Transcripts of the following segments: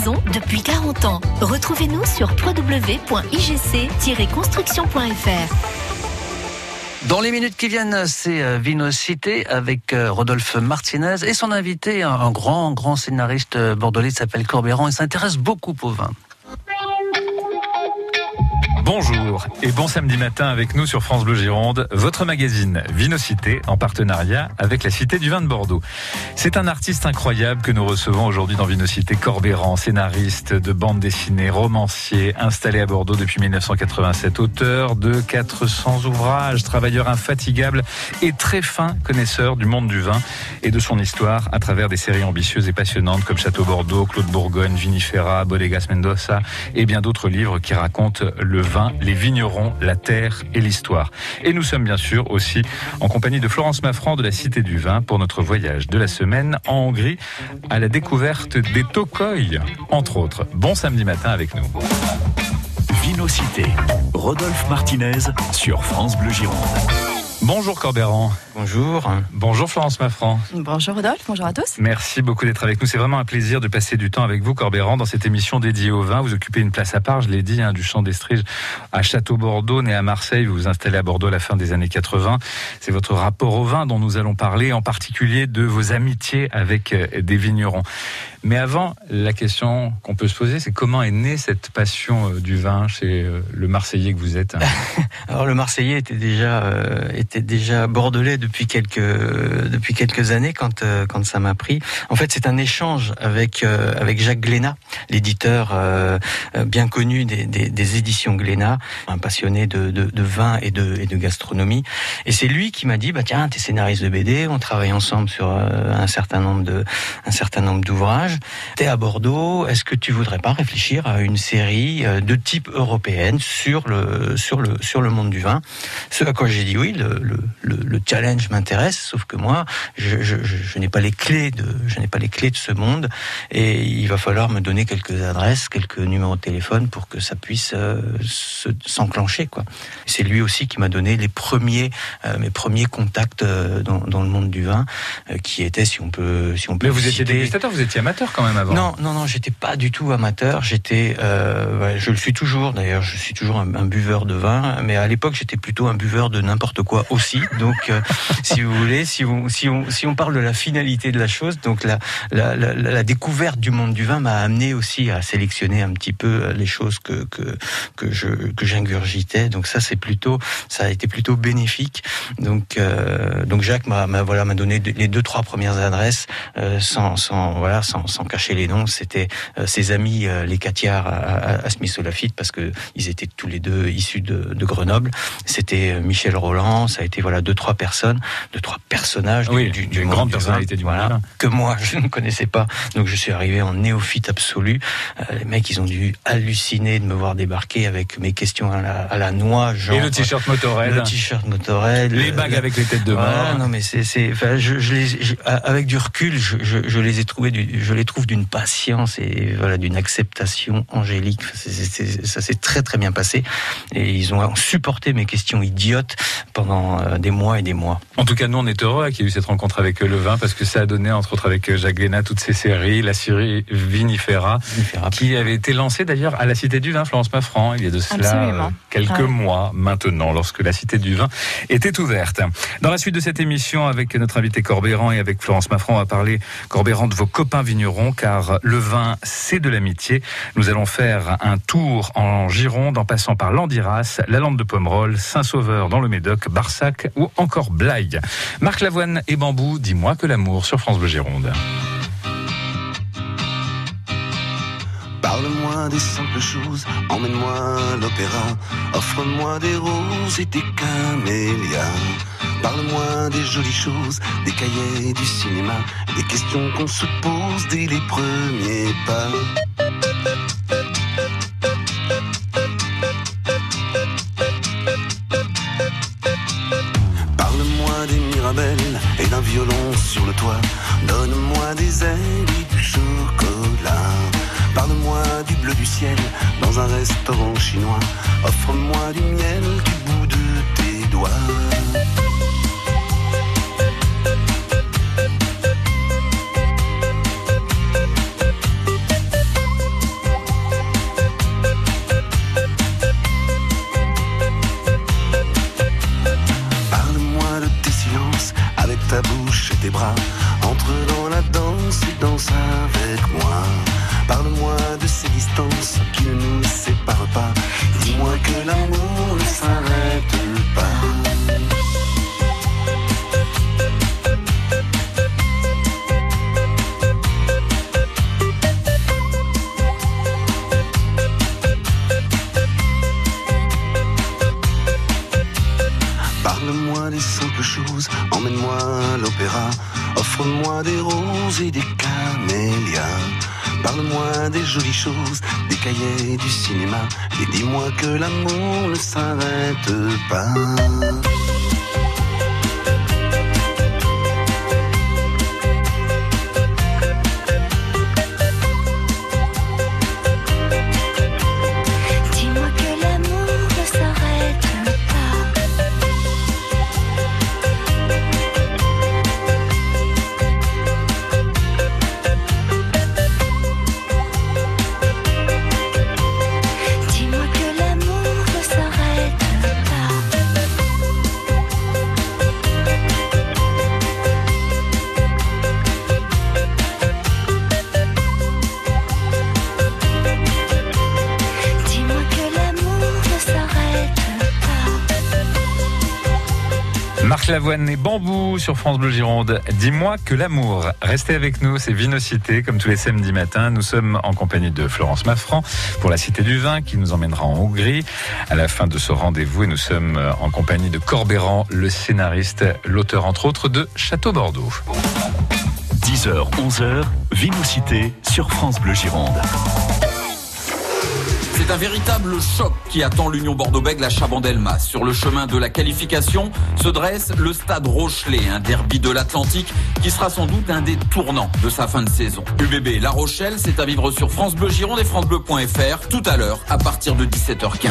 maison depuis 40 ans. Retrouvez-nous sur www.igc-construction.fr. Dans les minutes qui viennent, c'est Vinocité avec Rodolphe Martinez et son invité, un grand scénariste bordelais qui s'appelle Corbeyran et s'intéresse beaucoup au vin. Bonjour et bon samedi matin avec nous sur France Bleu Gironde, votre magazine Vinocité en partenariat avec la Cité du Vin de Bordeaux. C'est un artiste incroyable que nous recevons aujourd'hui dans Vinocité, Corbeyran, scénariste de bande dessinée, romancier, installé à Bordeaux depuis 1987, auteur de 400 ouvrages, travailleur infatigable et très fin connaisseur du monde du vin et de son histoire à travers des séries ambitieuses et passionnantes comme Château Bordeaux, Clos de Bourgogne, Vinifera, Bodegas Mendoza et bien d'autres livres qui racontent le vin, les vignerons, la terre et l'histoire. Et nous sommes bien sûr aussi en compagnie de Florence Maffran de la Cité du Vin pour notre voyage de la semaine en Hongrie à la découverte des Tokoy, entre autres. Bon samedi matin avec nous. Vinocité, Rodolphe Martinez sur France Bleu Gironde. Bonjour Corbeyran. Bonjour. Bonjour Florence Maffran. Bonjour Rodolphe, bonjour à tous. Merci beaucoup d'être avec nous. C'est vraiment un plaisir de passer du temps avec vous, Corbeyran, dans cette émission dédiée au vin. Vous occupez une place à part, je l'ai dit, du Champ d'Estrige à Château Bordeaux, né à Marseille. Vous vous installez à Bordeaux à la fin des années 80. C'est votre rapport au vin dont nous allons parler, en particulier de vos amitiés avec des vignerons. Mais avant, la question qu'on peut se poser, c'est comment est née cette passion du vin chez le Marseillais que vous êtes? Alors le Marseillais était déjà bordelais depuis quelques années quand ça m'a pris. En fait, c'est un échange avec Jacques Glénat, l'éditeur bien connu des éditions Glénat, un passionné de vin et de gastronomie. Et c'est lui qui m'a dit tiens, t'es scénariste de BD, on travaille ensemble sur un certain nombre d'ouvrages. T'es à Bordeaux, est-ce que tu voudrais pas réfléchir à une série de type européenne sur le monde du vin? Ce à quoi j'ai dit oui, le challenge m'intéresse, sauf que moi, je n'ai pas les clés de ce monde, et il va falloir me donner quelques adresses, quelques numéros de téléphone pour que ça puisse s'enclencher, quoi. C'est lui aussi qui m'a donné mes premiers contacts dans le monde du vin, qui étaient, si on peut. Mais vous étiez dégustateur, vous étiez amateur quand même avant. Non, j'étais pas du tout amateur. Je le suis toujours. D'ailleurs, je suis toujours un buveur de vin, mais à l'époque, j'étais plutôt un buveur de n'importe quoi aussi. Donc, si vous voulez, si on parle de la finalité de la chose, donc la découverte du monde du vin m'a amené aussi à sélectionner un petit peu les choses que j'ingurgitais. Donc ça a été plutôt bénéfique. Donc Jacques m'a donné les 2-3 premières adresses sans cacher les noms. C'était ses amis les Catiards à Smith-Olafite, parce que ils étaient tous les deux issus de Grenoble. C'était Michel Roland. Ça a été 2-3 personnages du monde grande du personnalité vin, du monde que moi je ne connaissais pas. Donc je suis arrivé en néophyte absolu. Les mecs, ils ont dû halluciner de me voir débarquer avec mes questions à la noix, genre, et le t-shirt Motorhead, les bagues avec les têtes de mort. Non mais avec du recul, je les trouve d'une patience et d'une acceptation angélique. Ça s'est très très bien passé, et ils ont supporté mes questions idiotes pendant des mois et des mois. En tout cas, nous on est heureux qu'il y ait eu cette rencontre avec le vin, parce que ça a donné, entre autres avec Jacques Glénat, toutes ces séries, la série Vinifera, qui avait été lancée d'ailleurs à la Cité du Vin, Florence Maffran, il y a de cela quelques mois maintenant, lorsque la Cité du Vin était ouverte. Dans la suite de cette émission, avec notre invité Corbeyran et avec Florence Maffran, on va parler, Corbeyran, de vos copains vignerons, car le vin, c'est de l'amitié. Nous allons faire un tour en Gironde, en passant par Landiras, la Lande de Pomerol, Saint-Sauveur dans le Médoc, Barsac ou encore Blaye. Marc Lavoine et Bambou, dis-moi que l'amour sur France Bleu Gironde. Parle-moi des simples choses, emmène-moi à l'opéra, offre-moi des roses et des camélias. Parle-moi des jolies choses, des cahiers du cinéma, des questions qu'on se pose dès les premiers pas. Parle-moi des Mirabelles et d'un violon sur le toit. Donne-moi des ailes et du chocolat. Parle-moi du bleu du ciel dans un restaurant chinois. Offre-moi du miel du bout de tes doigts. de ces distances qui ne nous séparent pas. Dis-moi que l'amour ne s'arrête pas. Parle-moi des simples choses, emmène-moi à l'opéra, offre-moi des roses et des camélias. Parle-moi des jolies choses, des cahiers du cinéma, et dis-moi que l'amour ne s'arrête pas. Marc Lavoine et Bambou sur France Bleu Gironde. Dis-moi que l'amour. Restez avec nous, c'est Vinocité, comme tous les samedis matins. Nous sommes en compagnie de Florence Maffran pour la Cité du Vin qui nous emmènera en Hongrie à la fin de ce rendez-vous. Et nous sommes en compagnie de Corbeyran, le scénariste, l'auteur entre autres de Château Bordeaux. 10h, 11h, Vinocité sur France Bleu Gironde. C'est un véritable choc qui attend l'Union Bordeaux-Bègles à Chabandelmas. Sur le chemin de la qualification se dresse le Stade Rochelet, un derby de l'Atlantique qui sera sans doute un des tournants de sa fin de saison. UBB La Rochelle, c'est à vivre sur France Bleu Gironde et francebleu.fr tout à l'heure à partir de 17h15.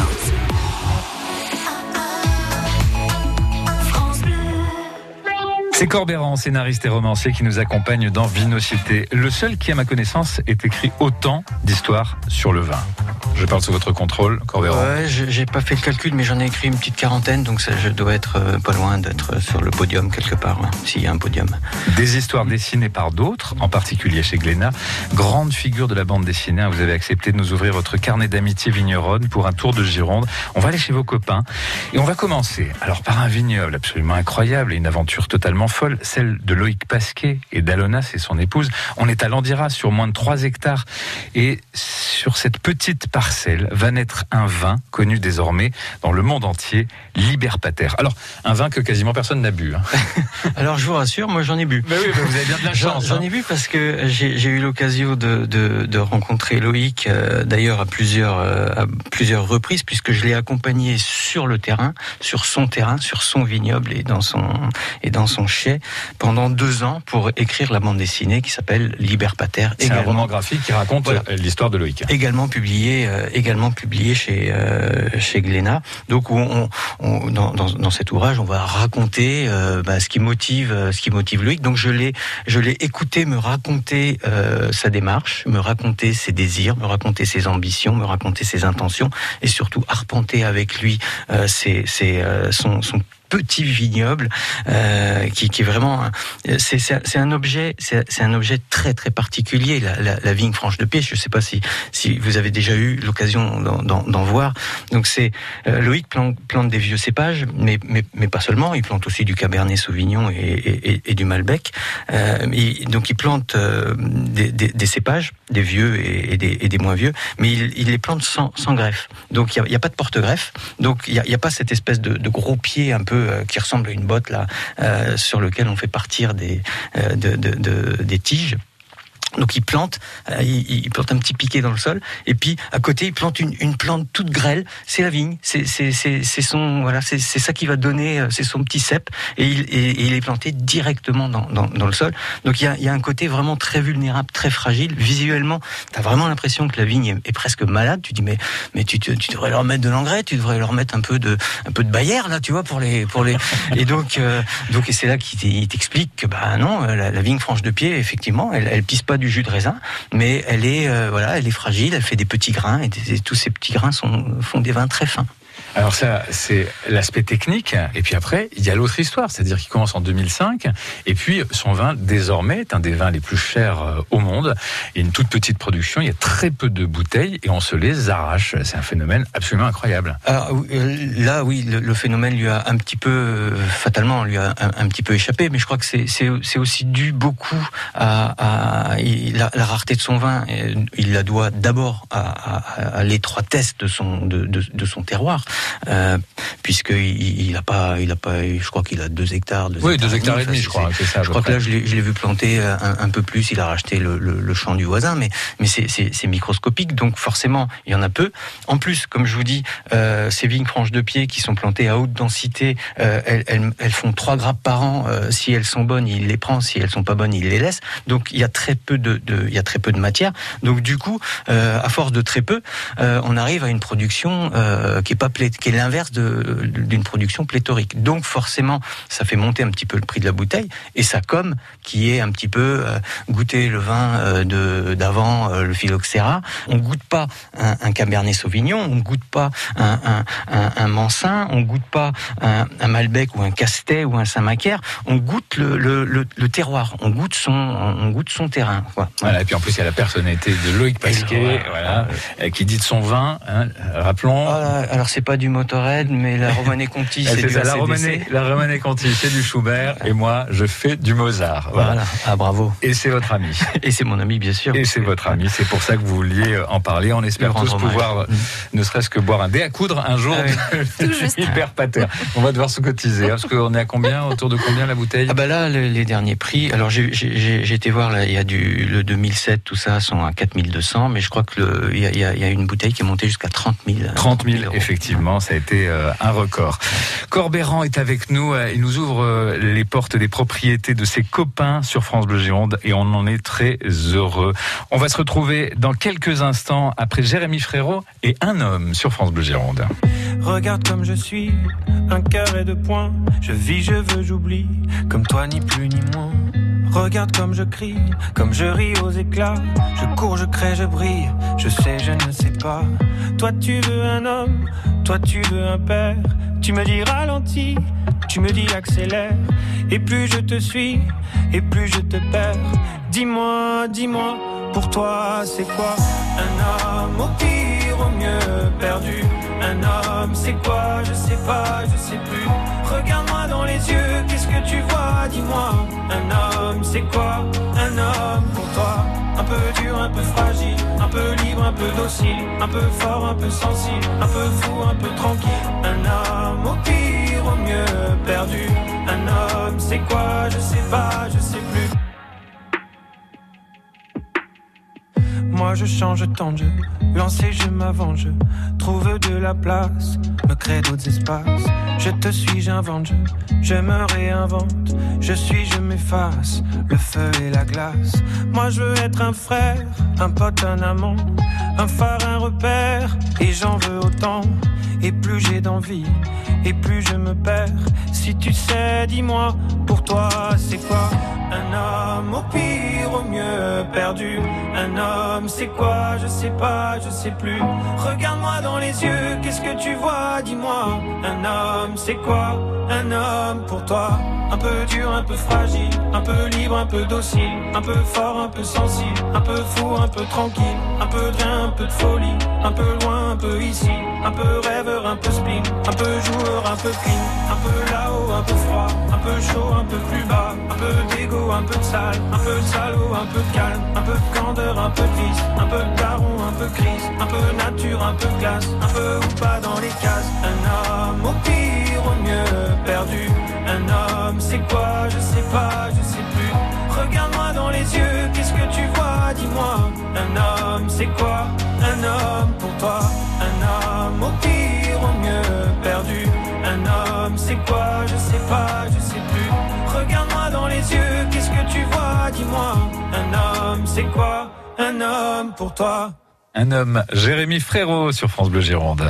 C'est Corbeyran, scénariste et romancier qui nous accompagne dans Vinocité. Le seul qui, à ma connaissance, ait écrit autant d'histoires sur le vin. Je parle sous votre contrôle, Corbeyran. Ouais, j'ai pas fait le calcul, mais j'en ai écrit une petite quarantaine, donc ça, je dois être pas loin d'être sur le podium quelque part, hein, s'il y a un podium. Des histoires dessinées par d'autres, en particulier chez Glénat. Grande figure de la bande dessinée, vous avez accepté de nous ouvrir votre carnet d'amitié vigneronne pour un tour de Gironde. On va aller chez vos copains et on va commencer alors par un vignoble absolument incroyable et une aventure totalement folle, celle de Loïc Pasquet et d'Alona, c'est son épouse. On est à Landiras, sur moins de 3 hectares. Et sur cette petite parcelle va naître un vin connu désormais dans le monde entier, Liberpater. Alors, un vin que quasiment personne n'a bu. Hein. Alors, je vous rassure, moi j'en ai bu. Mais oui, vous avez bien de la chance. J'en ai bu parce que j'ai eu l'occasion de rencontrer Loïc, d'ailleurs à plusieurs reprises, puisque je l'ai accompagné sur le terrain, sur son vignoble et dans son chai pendant 2 ans pour écrire la bande dessinée qui s'appelle Liberpater. C'est un roman graphique qui raconte l'histoire de Loïc. Également publié chez Glénat. Donc dans cet ouvrage, on va raconter ce qui motive Loïc. Donc je l'ai écouté me raconter sa démarche, me raconter ses désirs, me raconter ses ambitions, me raconter ses intentions et surtout arpenter avec lui son petit vignoble qui est vraiment c'est un objet très très particulier, la vigne franche de pied. Je ne sais pas si vous avez déjà eu l'occasion d'en voir. Donc c'est Loïc plante des vieux cépages, mais pas seulement. Il plante aussi du Cabernet Sauvignon et du Malbec. Donc il plante des cépages, des vieux et des moins vieux, mais il les plante sans greffe. Donc il y a pas de porte-greffe. Donc il y a pas cette espèce de gros pied un peu qui ressemble à une botte là, sur lequel on fait partir des tiges. Donc il plante un petit piquet dans le sol, et puis à côté il plante une plante toute grêle. C'est la vigne, c'est ça qui va donner, c'est son petit cep, et il est planté directement dans le sol. Donc il y a un côté vraiment très vulnérable, très fragile. Visuellement, t'as vraiment l'impression que la vigne est presque malade. Tu dis mais tu devrais leur mettre de l'engrais, tu devrais leur mettre un peu de Bayer là, tu vois, pour les. Et donc et c'est là qu'il t'explique que non, la vigne franche de pied, effectivement, elle pisse pas du jus de raisin, mais elle est fragile, elle fait des petits grains, et tous ces petits grains font des vins très fins. Alors ça, c'est l'aspect technique. Et puis après, il y a l'autre histoire, c'est-à-dire qu'il commence en 2005. Et puis son vin, désormais, est un des vins les plus chers au monde. Il y a une toute petite production, il y a très peu de bouteilles et on se les arrache. C'est un phénomène absolument incroyable. Alors là, oui, le phénomène lui a un petit peu, fatalement, lui a un petit peu échappé. Mais je crois que c'est aussi dû beaucoup à la rareté de son vin. Il la doit d'abord à l'étroitesse de son terroir. Puisqu'il a pas, je crois qu'il a 2 hectares. 2 hectares et demi, je crois. C'est ça, je crois que là, je l'ai vu planter un peu plus. Il a racheté le champ du voisin, mais c'est microscopique, donc forcément, il y en a peu. En plus, comme je vous dis, ces vignes franches de pied qui sont plantées à haute densité, elles font 3 grappes par an. Si elles sont bonnes, il les prend. Si elles sont pas bonnes, il les laisse. Donc, il y a très peu de matière. Donc, du coup, à force de très peu, on arrive à une production qui est l'inverse d'une production pléthorique. Donc forcément, ça fait monter un petit peu le prix de la bouteille, et ça comme qui est un petit peu goûter le vin d'avant, le phylloxéra. On goûte pas un cabernet sauvignon, on goûte pas un mansin, on goûte pas un malbec ou un castet ou un saint-macaire. On goûte le terroir, on goûte son terrain. Voilà, et puis en plus il y a la personnalité de Loïc Pasquet, qui dit de son vin, rappelons. Alors c'est pas du Motorhead, mais la Romanée Conti, c'est du AC/DC. La Romanée Conti, c'est du Schubert, et moi, je fais du Mozart. Voilà. Ah, bravo. Et c'est votre ami. Et c'est mon ami, bien sûr. Et c'est votre ami. C'est pour ça que vous vouliez en parler. On espère tous pouvoir, ne serait-ce que boire un dé à coudre un jour de Hyper Pater. On va devoir se cotiser. Parce qu'on est à combien? Autour de combien la bouteille? Là, les derniers prix. Alors, j'ai été voir, là, il y a le 2007, tout ça, sont à 4200, mais je crois que il y a une bouteille qui est montée jusqu'à 30 000. 30 000, effectivement, ça a été un record. Corbeyran est avec nous, il nous ouvre les portes des propriétés de ses copains sur France Bleu Gironde et on en est très heureux. On va se retrouver dans quelques instants après Jérémy Frérot et Un homme sur France Bleu Gironde. Regarde comme je suis, un cœur et 2 points. Je vis, je veux, j'oublie, comme toi ni plus ni moins. Regarde comme je crie, comme je ris aux éclats. Je cours, je crée, je brille, je sais, je ne sais pas. Toi tu veux un homme, toi tu veux un père. Tu me dis ralentis, tu me dis accélère. Et plus je te suis, et plus je te perds. Dis-moi, pour toi c'est quoi? Un homme au pire, au mieux perdu. Un homme c'est quoi? Je sais pas, je sais plus. Regarde-moi dans les yeux, qu'est-ce que tu vois? Dis-moi. Un homme c'est quoi? Un homme pour toi. Un peu dur, un peu fragile, un peu libre, un peu docile, un peu fort, un peu sensible, un peu fou, un peu tranquille. Un homme au pire, au mieux perdu. Un homme c'est quoi? Je sais pas, je sais plus. Moi je change tant de jeu, lancer je m'avance, je trouve de la place, me crée d'autres espaces. Je te suis, j'invente, je me réinvente. Je suis, je m'efface, le feu et la glace. Moi je veux être un frère, un pote, un amant, un phare, un repère. Et j'en veux autant, et plus j'ai d'envie, et plus je me perds. Si tu sais, dis-moi, pour toi c'est quoi? Un homme au pire, au mieux perdu. Un homme c'est quoi? Je sais pas, je sais plus. Regarde-moi dans les yeux, qu'est-ce que tu vois? Dis-moi. Un homme c'est quoi? Un homme pour toi. Un peu dur, un peu fragile, un peu libre, un peu docile, un peu fort, un peu sensible, un peu fou, un peu tranquille, un peu de rien, un peu de folie, un peu loin, un peu ici, un peu rêveur, un peu spleen, un peu joueur, un peu clean, un peu là-haut, un peu froid, un peu chaud, un peu plus bas, un peu d'égo, un peu de sale, un peu de salaud, un peu de calme, un peu de candeur, un peu de vice, un peu de daron, un peu crise, un peu nature, un peu de classe, un peu ou pas dans les cases. Un homme au pire, au mieux perdu. Un homme c'est quoi? Je sais pas, je sais plus. Regarde-moi dans les yeux, qu'est-ce que tu vois? Dis-moi. Un homme c'est quoi? Un homme pour toi. Un homme au pire, au mieux perdu. Un homme c'est quoi? Je sais pas, je sais plus. Regarde-moi dans les yeux, qu'est-ce que tu vois? Dis-moi. Un homme c'est quoi? Un homme pour toi. Un homme, Jérémy Frérot sur France Bleu Gironde.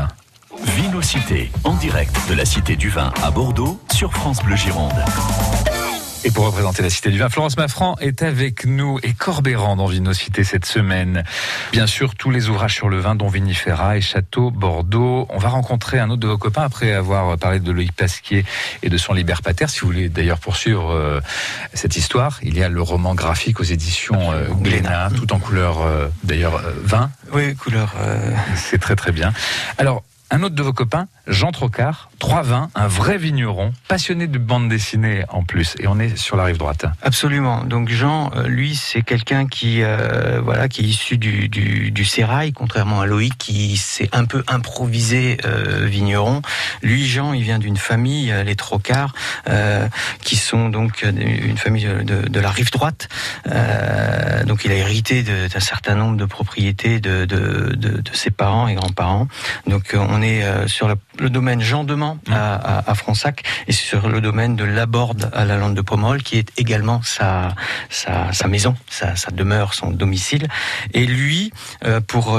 Vinocité, en direct de la Cité du Vin à Bordeaux sur France Bleu Gironde. Et pour représenter la Cité du Vin, Florence Maffran est avec nous et Corbeyran dans Vinocité cette semaine. Bien sûr, tous les ouvrages sur le vin, dont Vinifera et Château Bordeaux. On va rencontrer un autre de vos copains après avoir parlé de Loïc Pasquier et de son Liber Pater. Si vous voulez d'ailleurs poursuivre cette histoire, il y a le roman graphique aux éditions Glénat, tout en couleur d'ailleurs vin. Oui, couleur. C'est très très bien. Alors, un autre de vos copains, Jean Trocard, 3 vins, un vrai vigneron, passionné de bande dessinée en plus, et on est sur la rive droite. Absolument. Donc Jean, lui, c'est quelqu'un qui qui est issu du sérail, contrairement à Loïc qui s'est un peu improvisé vigneron. Lui, Jean, il vient d'une famille, les Trocard, qui sont donc une famille de la rive droite. Donc il a hérité d'un certain nombre de propriétés de ses parents et grands-parents. Donc on est sur le domaine Jean Demand à Fronsac et sur le domaine de Laborde à la Lande de Pomerol, qui est également sa maison, sa demeure, son domicile. Et lui, pour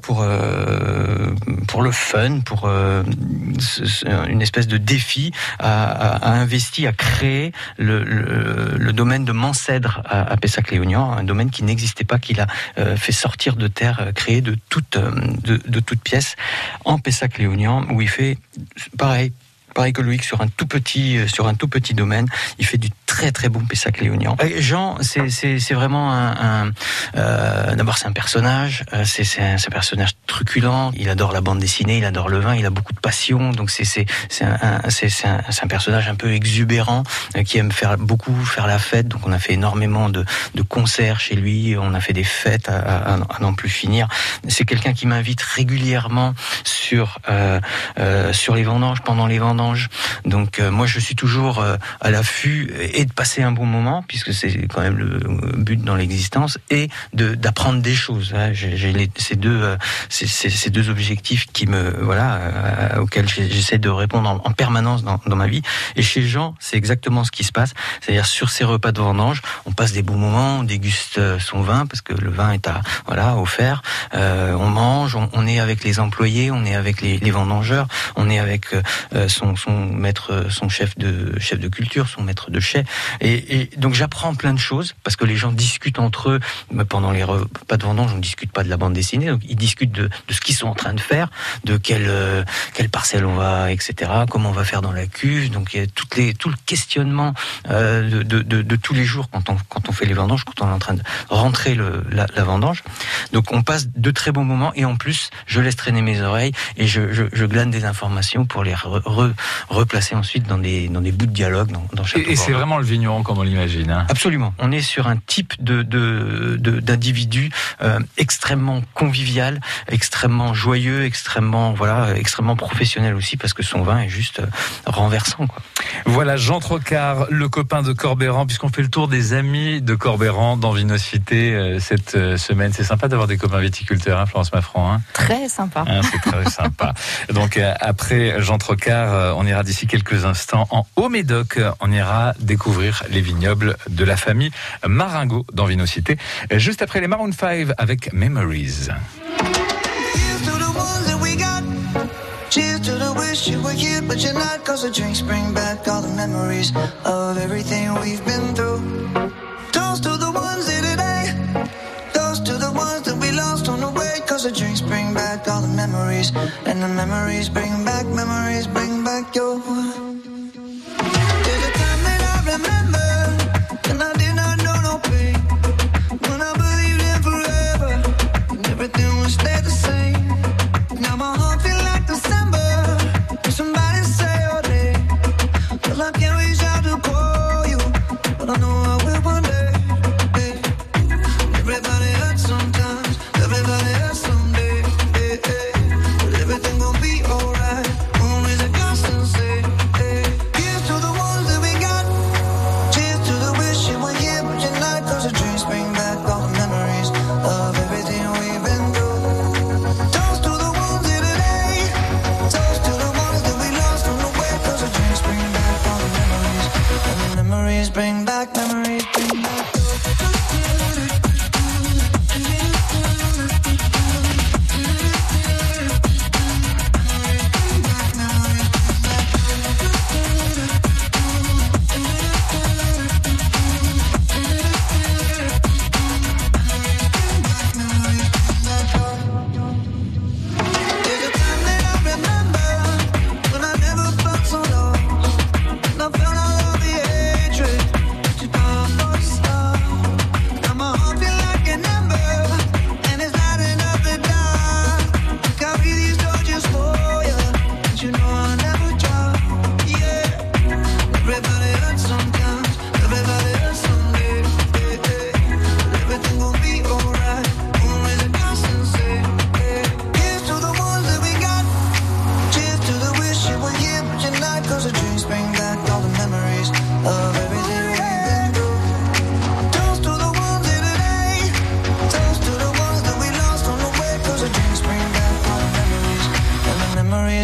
le fun, pour une espèce de défi, a investi, a créé le domaine de Mancèdre à Pessac-Léognan, un domaine qui n'existait pas, qu'il a fait sortir de terre, créé de toutes pièces en Pessac-Léognan, où il fait pareil que Loïc, sur un tout petit domaine, il fait du très très bon Pessac-Léognan. Jean, c'est vraiment d'abord c'est un personnage, c'est un personnage truculent. Il adore la bande dessinée, il adore le vin, il a beaucoup de passion. Donc c'est un personnage un peu exubérant qui aime beaucoup faire la fête. Donc on a fait énormément de concerts chez lui, on a fait des fêtes à n'en plus finir. C'est quelqu'un qui m'invite régulièrement sur les vendanges, pendant les vendanges. Donc moi je suis toujours à l'affût et de passer un bon moment, puisque c'est quand même le but dans l'existence, et d'apprendre des choses. J'ai ces deux objectifs auxquels j'essaie de répondre en permanence dans ma vie. Et chez Jean, c'est exactement ce qui se passe. C'est-à-dire sur ces repas de vendange, on passe des bons moments, on déguste son vin parce que le vin est offert. On mange, on est avec les employés, on est avec les vendangeurs, on est avec son maître, son chef de culture, son maître de chai. Et donc j'apprends plein de choses parce que les gens discutent entre eux. Pendant les repas de vendange, on ne discute pas de la bande dessinée, donc ils discutent de ce qu'ils sont en train de faire, de quelle parcelle on va, etc. Comment on va faire dans la cuve. Donc il y a tout le questionnement de tous les jours quand on fait les vendanges, quand on est en train de rentrer la vendange. Donc on passe de très bons moments et en plus je laisse traîner mes oreilles et je glane des informations pour les replacer ensuite dans des bouts de dialogue dans Château. Et c'est vraiment le vigneron comme on l'imagine. Hein. Absolument. On est sur un type d'individu extrêmement convivial, extrêmement joyeux, extrêmement professionnel aussi, parce que son vin est juste renversant, quoi. Voilà Jean Trocard, le copain de Corbeyran, puisqu'on fait le tour des amis de Corbeyran dans Vinocité cette semaine. C'est sympa d'avoir des copains viticulteurs, hein, Florence Maffran. Hein. Très sympa. C'est très sympa. Donc après Jean Trocard, on ira d'ici quelques instants en Haut-Médoc. On ira découvrir les vignobles de la famille Maringo dans Vinocité. Juste après les Maroon 5 avec Memories. Cheers to the wish you were here, but you're not. Cause the drinks bring back all the memories of everything we've been through. Toast to the ones here today. Toast to the ones that we lost on the way. Cause the drinks bring back all the memories. And the memories bring back your. There's a time that I remember, and I did not know no pain. When I believed in forever, and everything would stay the same. Now my heart feels like December. Somebody say your name. Well, I can't reach out to call you, but I know I will one day. Hey. Everybody hurts sometimes. Everybody hurts someday. Hey, hey. But everything gon' be alright. Always a constancy. Hey.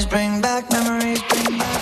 bring back memories, bring back.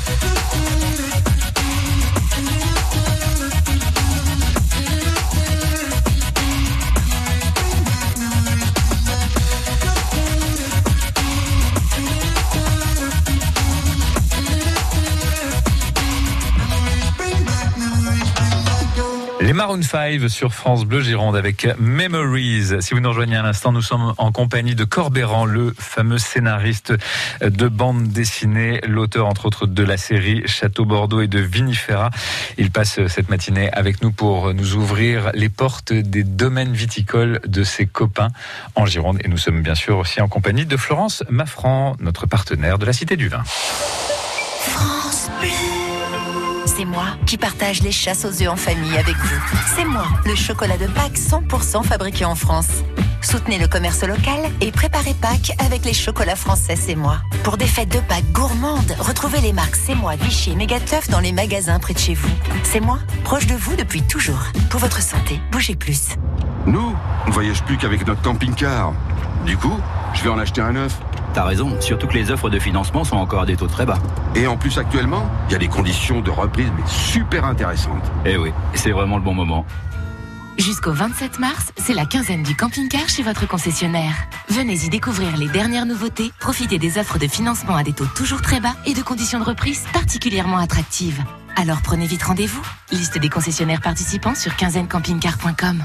Les Maroon 5 sur France Bleu Gironde avec Memories. Si vous nous rejoignez à l'instant, nous sommes en compagnie de Corbeyran, le fameux scénariste de bande dessinée, l'auteur entre autres de la série Château Bordeaux et de Vinifera. Il passe cette matinée avec nous pour nous ouvrir les portes des domaines viticoles de ses copains en Gironde. Et nous sommes bien sûr aussi en compagnie de Florence Maffran, notre partenaire de la Cité du Vin. France Bleu. C'est moi qui partage les chasses aux œufs en famille avec vous. C'est moi, le chocolat de Pâques 100% fabriqué en France. Soutenez le commerce local et préparez Pâques avec les chocolats français C'est moi. Pour des fêtes de Pâques gourmandes, retrouvez les marques C'est moi, Vichy et Mégateuf dans les magasins près de chez vous. C'est moi, proche de vous depuis toujours. Pour votre santé, bougez plus. Nous, on ne voyage plus qu'avec notre camping-car. Du coup, je vais en acheter un neuf. T'as raison, surtout que les offres de financement sont encore à des taux très bas. Et en plus, actuellement, il y a des conditions de reprise mais super intéressantes. Eh oui, c'est vraiment le bon moment. Jusqu'au 27 mars, c'est la quinzaine du camping-car chez votre concessionnaire. Venez y découvrir les dernières nouveautés, profitez des offres de financement à des taux toujours très bas et de conditions de reprise particulièrement attractives. Alors prenez vite rendez-vous. Liste des concessionnaires participants sur quinzainecampingcar.com.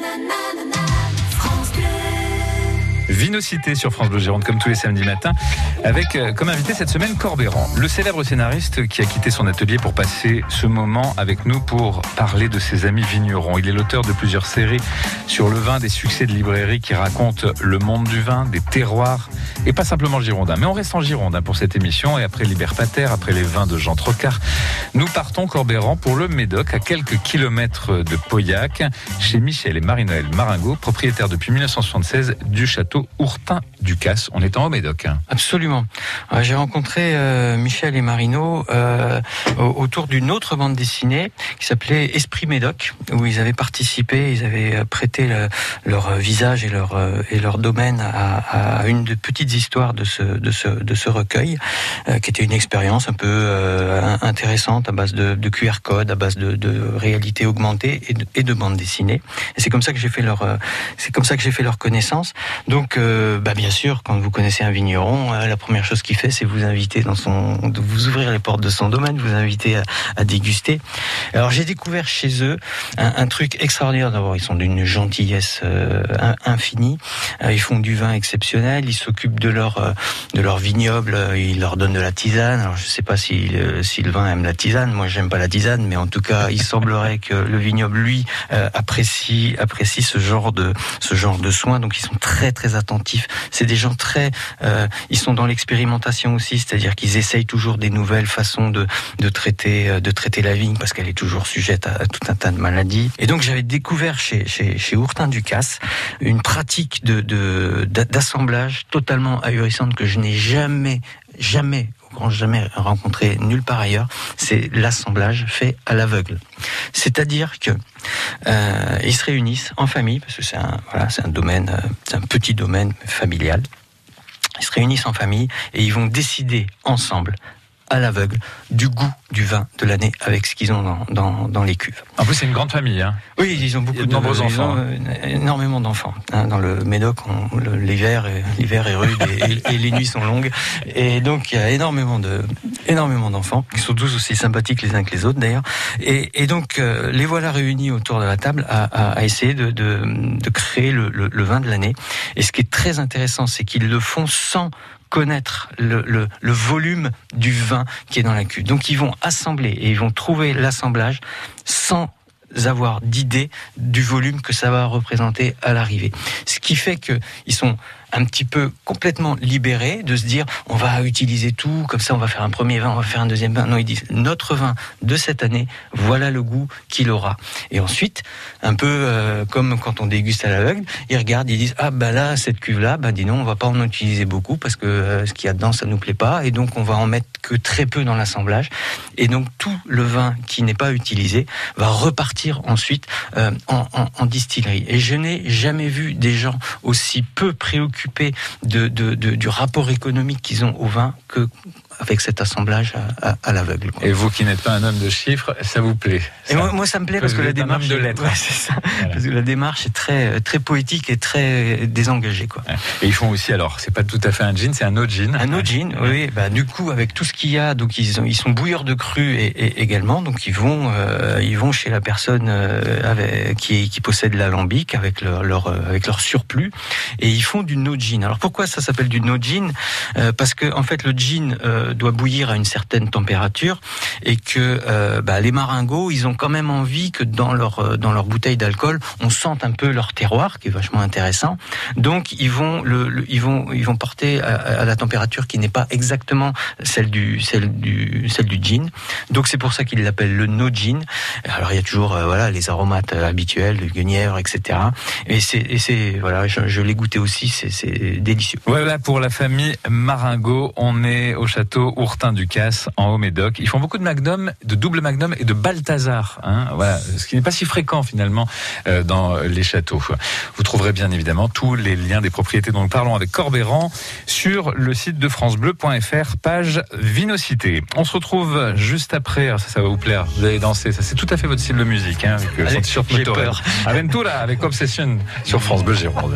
Vinocité sur France Bleu Gironde, comme tous les samedis matins, avec comme invité cette semaine Corbeyran, le célèbre scénariste qui a quitté son atelier pour passer ce moment avec nous pour parler de ses amis vignerons. Il est l'auteur de plusieurs séries sur le vin, des succès de librairie qui racontent le monde du vin, des terroirs, et pas simplement girondin. Mais on reste en Gironde pour cette émission, et après Liberpater, après les vins de Jean Trocard, nous partons Corbeyran pour le Médoc, à quelques kilomètres de Pauillac, chez Michel et Marie-Noël Maringot, propriétaires depuis 1976 du château Hourtin-Ducasse. On est en Médoc. Absolument. J'ai rencontré Michel et Marino autour d'une autre bande dessinée qui s'appelait Esprit Médoc, où ils avaient participé, ils avaient prêté leur visage et leur domaine à une de petites histoires de ce recueil, qui était une expérience un peu intéressante à base de QR code, à base de réalité augmentée et de bande dessinée. Et c'est comme ça que j'ai fait leur connaissance. Donc, bien sûr, quand vous connaissez un vigneron, la première chose qu'il fait, c'est vous inviter de vous ouvrir les portes de son domaine, vous inviter à déguster. Alors, j'ai découvert chez eux un truc extraordinaire. D'abord, ils sont d'une gentillesse infinie. Ils font du vin exceptionnel. Ils s'occupent de leur vignoble. Ils leur donnent de la tisane. Alors, je sais pas si le vin aime la tisane. Moi, j'aime pas la tisane, mais en tout cas, il semblerait que le vignoble, lui, apprécie ce genre de soins. Donc, ils sont très très attentifs. C'est des gens ils sont dans l'expérimentation aussi, c'est-à-dire qu'ils essayent toujours des nouvelles façons de traiter la vigne parce qu'elle est toujours sujette à tout un tas de maladies. Et donc j'avais découvert chez Hourtin-Ducasse une pratique d'assemblage totalement ahurissante que je n'ai jamais rencontré nulle part ailleurs. C'est l'assemblage fait à l'aveugle. C'est-à-dire que ils se réunissent en famille parce que c'est un domaine, c'est un petit domaine familial. Ils se réunissent en famille et ils vont décider ensemble, à l'aveugle, du goût du vin de l'année avec ce qu'ils ont dans les cuves. En plus, c'est une grande famille. Hein. Oui, ils ont beaucoup de nombreux enfants. Énormément d'enfants. Dans le Médoc, l'hiver est rude et les nuits sont longues. Et donc, il y a énormément d'enfants. Ils sont tous aussi sympathiques les uns que les autres, d'ailleurs. Et donc, les voilà réunis autour de la table à essayer de créer le vin de l'année. Et ce qui est très intéressant, c'est qu'ils le font sans connaître le volume du vin qui est dans la cuve. Donc ils vont assembler et ils vont trouver l'assemblage sans avoir d'idée du volume que ça va représenter à l'arrivée. Ce qui fait que ils sont un petit peu complètement libérés de se dire on va utiliser tout, comme ça on va faire un premier vin, on va faire un deuxième vin. Non, ils disent notre vin de cette année, voilà le goût qu'il aura. Et ensuite, un peu comme quand on déguste à l'aveugle, ils regardent, ils disent là cette cuve là, dis non, on va pas en utiliser beaucoup parce que ce qu'il y a dedans ça nous plaît pas et donc on va en mettre que très peu dans l'assemblage. Et donc tout le vin qui n'est pas utilisé va repartir ensuite en distillerie. Et je n'ai jamais vu des gens aussi peu préoccupés préoccupés du rapport économique qu'ils ont au vin que avec cet assemblage à l'aveugle. Et vous qui n'êtes pas un homme de chiffres, ça vous plaît? Et moi, ça me plaît parce que la démarche de lettres. Ouais, c'est ça. Voilà. Parce que la démarche est très, très poétique et très désengagée, quoi. Et ils font aussi, alors, c'est pas tout à fait un gin, c'est un eau gin. Un eau gin, oui. Bah, du coup, avec tout ce qu'il y a, donc ils sont bouilleurs de cru et également, donc ils vont chez la personne qui possède l'alambic avec leur surplus et ils font du no gin. Alors pourquoi ça s'appelle du no gin? Parce que en fait le gin doit bouillir à une certaine température et que les maringots, ils ont quand même envie que dans leur bouteille d'alcool, on sente un peu leur terroir, qui est vachement intéressant. Donc ils vont porter à la température qui n'est pas exactement celle du gin. Donc c'est pour ça qu'ils l'appellent le no gin. Alors il y a toujours les aromates habituels, de guenièvre, etc. Et c'est voilà, je l'ai goûté aussi, c'est délicieux. Voilà pour la famille Maringot. On est au château Hourtin-Ducasse en Haut-Médoc. Ils font beaucoup de magnum, de double magnum et de Balthazar. Voilà, ce qui n'est pas si fréquent finalement dans les châteaux. Vous trouverez bien évidemment tous les liens des propriétés dont nous parlons avec Corbeyran sur le site de francebleu.fr, page Vinocité. On se retrouve juste après. Alors ça va vous plaire. Vous allez danser. Ça, c'est tout à fait votre style de musique. Avec son t-shirt Motorhead. Aventura avec Obsession sur France Bleu Gironde.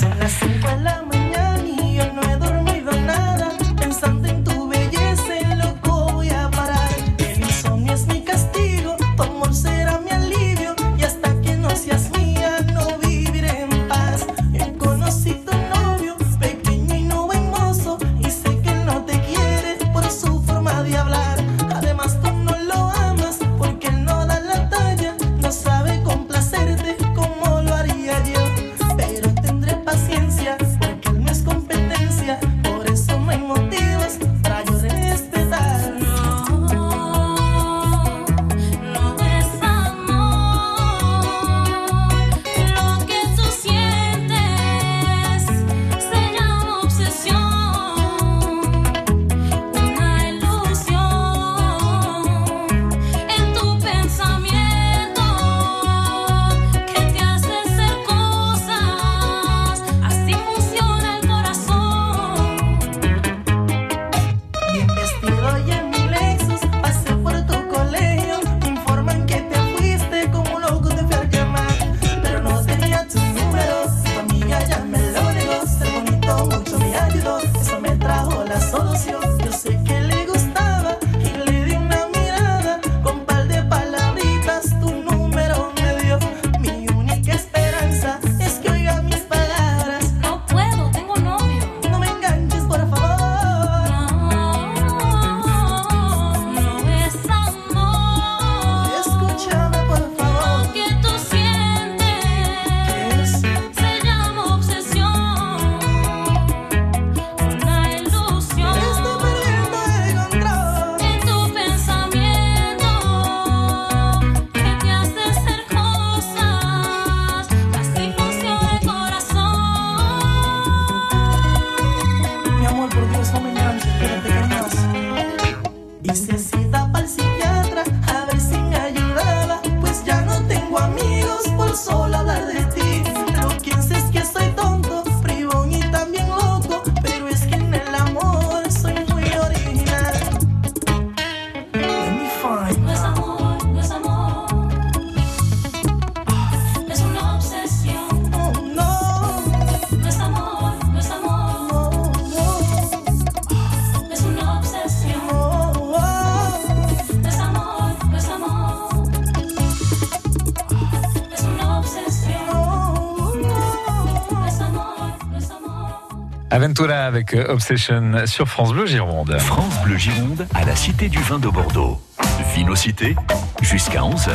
Aventura avec Obsession sur France Bleu Gironde. France Bleu Gironde à la Cité du Vin de Bordeaux. Vinocité jusqu'à 11h.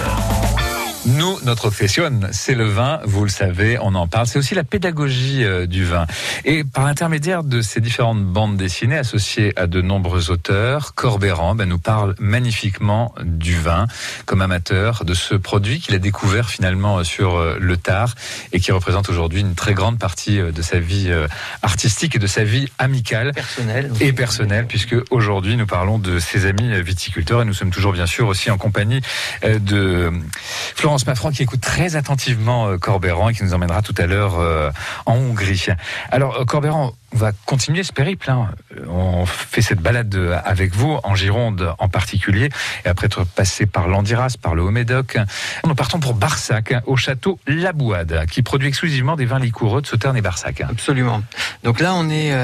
Nous, notre obsession, c'est le vin, vous le savez, on en parle. C'est aussi la pédagogie du vin. Et par l'intermédiaire de ces différentes bandes dessinées associées à de nombreux auteurs, Corbeyran nous parle magnifiquement du vin comme amateur, de ce produit qu'il a découvert finalement sur le tard et qui représente aujourd'hui une très grande partie de sa vie artistique et de sa vie amicale et personnelle, puisque aujourd'hui nous parlons de ses amis viticulteurs et nous sommes toujours bien sûr aussi en compagnie de Florent Florence Maffran qui écoute très attentivement Corbeyran et qui nous emmènera tout à l'heure en Hongrie. Alors Corbeyran, on va continuer ce périple. On fait cette balade avec vous, en Gironde en particulier, et après être passé par Landiras, par le Haut-Médoc, nous partons pour Barsac, au château La Bouade, qui produit exclusivement des vins liquoreux de Sauternes et Barsac. Absolument. Donc là, on est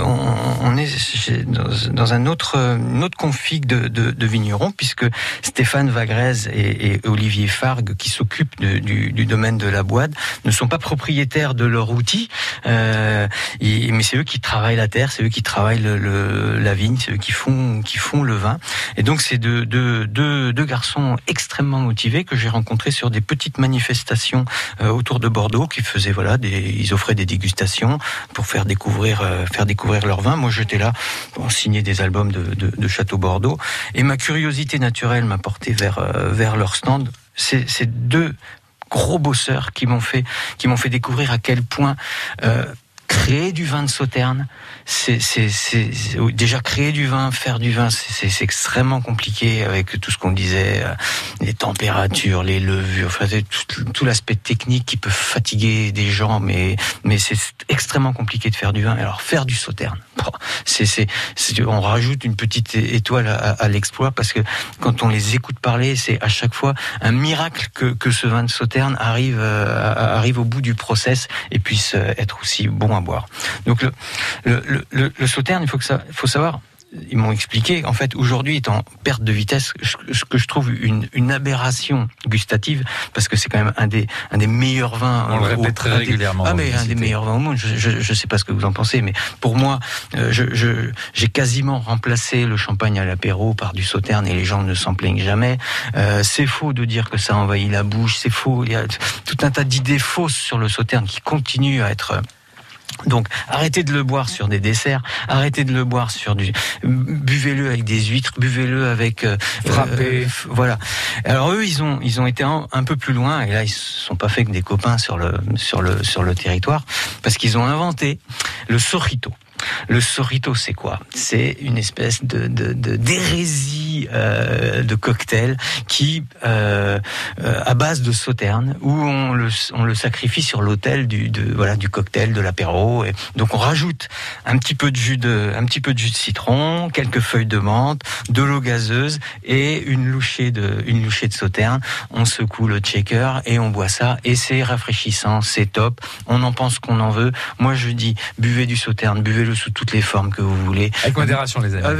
dans une autre config de vignerons, puisque Stéphane Vagrez et Olivier Fargue, qui s'occupent du domaine de La Bouade, ne sont pas propriétaires de leur outil, mais c'est eux qui travaillent la terre, c'est eux qui travaillent la vigne, c'est eux qui font le vin. Et donc c'est deux garçons extrêmement motivés que j'ai rencontrés sur des petites manifestations autour de Bordeaux, qui faisaient ils offraient des dégustations pour faire découvrir leur vin. Moi j'étais là pour signer des albums de Château Bordeaux, et ma curiosité naturelle m'a porté vers leur stand. C'est deux gros bosseurs qui m'ont fait découvrir à quel point créer du vin de Sauternes, c'est déjà créer du vin, faire du vin, c'est extrêmement compliqué avec tout ce qu'on disait, les températures, les levures, enfin tout l'aspect technique qui peut fatiguer des gens, mais c'est extrêmement compliqué de faire du vin. Alors faire du Sauternes, on rajoute une petite étoile à l'exploit, parce que quand on les écoute parler, c'est à chaque fois un miracle que ce vin de Sauternes arrive au bout du process et puisse être aussi bon à boire. Donc le Sauternes, il faut savoir, ils m'ont expliqué, en fait, aujourd'hui est en perte de vitesse, ce que je trouve une aberration gustative, parce que c'est quand même un des meilleurs vins. On le répète très régulièrement. Un des meilleurs vins au monde. Je sais pas ce que vous en pensez, mais pour moi, j'ai quasiment remplacé le champagne à l'apéro par du Sauternes, et les gens ne s'en plaignent jamais. C'est faux de dire que ça envahit la bouche, c'est faux. Il y a tout un tas d'idées fausses sur le Sauternes qui continuent à être... Donc, arrêtez de le boire sur des desserts, arrêtez de le boire buvez-le avec des huîtres, buvez-le avec frappé. Voilà. Alors eux, ils ont été un peu plus loin, et là ils se sont pas fait que des copains sur le territoire, parce qu'ils ont inventé le Sorrito. Le Sorrito, c'est quoi ? C'est une espèce d'hérésie de cocktail qui, à base de Sauternes, où on le sacrifie sur l'autel du cocktail, de l'apéro. Et donc on rajoute un petit peu de jus de citron, quelques feuilles de menthe, de l'eau gazeuse et une louchée de Sauternes. On secoue le shaker et on boit ça, et c'est rafraîchissant, c'est top. On en pense qu'on en veut. Moi je dis, buvez du Sauternes, buvez-le sous toutes les formes que vous voulez. Avec modération, les amis.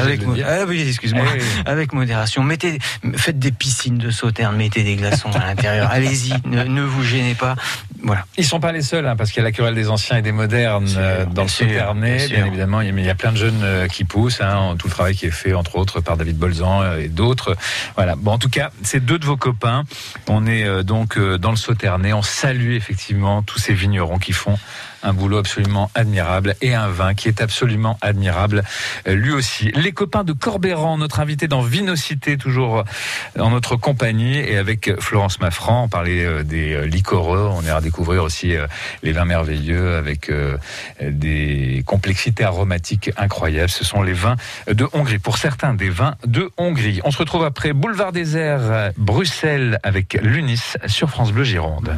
Avec modération. Faites des piscines de Sauternes, mettez des glaçons à l'intérieur. Allez-y, ne vous gênez pas. Voilà. Ils sont pas les seuls, parce qu'il y a la querelle des anciens et des modernes dans le Sauternais, bien évidemment. Il y a plein de jeunes qui poussent, tout le travail qui est fait, entre autres, par David Bolzan et d'autres. Voilà. Bon, en tout cas, c'est deux de vos copains. On est donc dans le Sauternais. On salue effectivement tous ces vignerons qui font un boulot absolument admirable, et un vin qui est absolument admirable lui aussi. Les copains de Corbeyran, notre invité dans Vinocité, toujours en notre compagnie, et avec Florence Maffran, on parlait des liquoreux, on ira découvrir aussi les vins merveilleux avec des complexités aromatiques incroyables. Ce sont les vins de Hongrie, pour certains des vins de Hongrie. On se retrouve après Boulevard Désert, Bruxelles, avec l'UNIS sur France Bleu Gironde.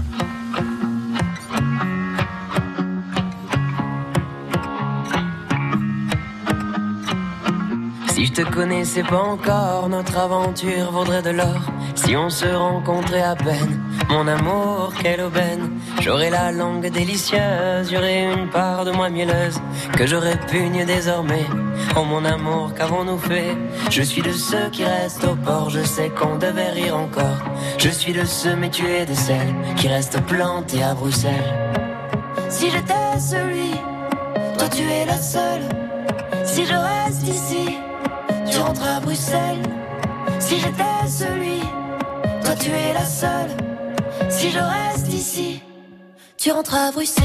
Si je te connaissais pas encore, notre aventure vaudrait de l'or. Si on se rencontrait à peine, mon amour, quelle aubaine. J'aurais la langue délicieuse, j'aurais une part de moi mielleuse que je répugne désormais. Oh mon amour, qu'avons-nous fait? Je suis de ceux qui restent au port, je sais qu'on devait rire encore. Je suis de ceux, mais tu es de celles qui restent plantées à Bruxelles. Si j'étais celui, toi tu es la seule. Si je reste ici, tu rentres à Bruxelles. Si j'étais celui, toi tu es la seule. Si je reste ici, tu rentres à Bruxelles.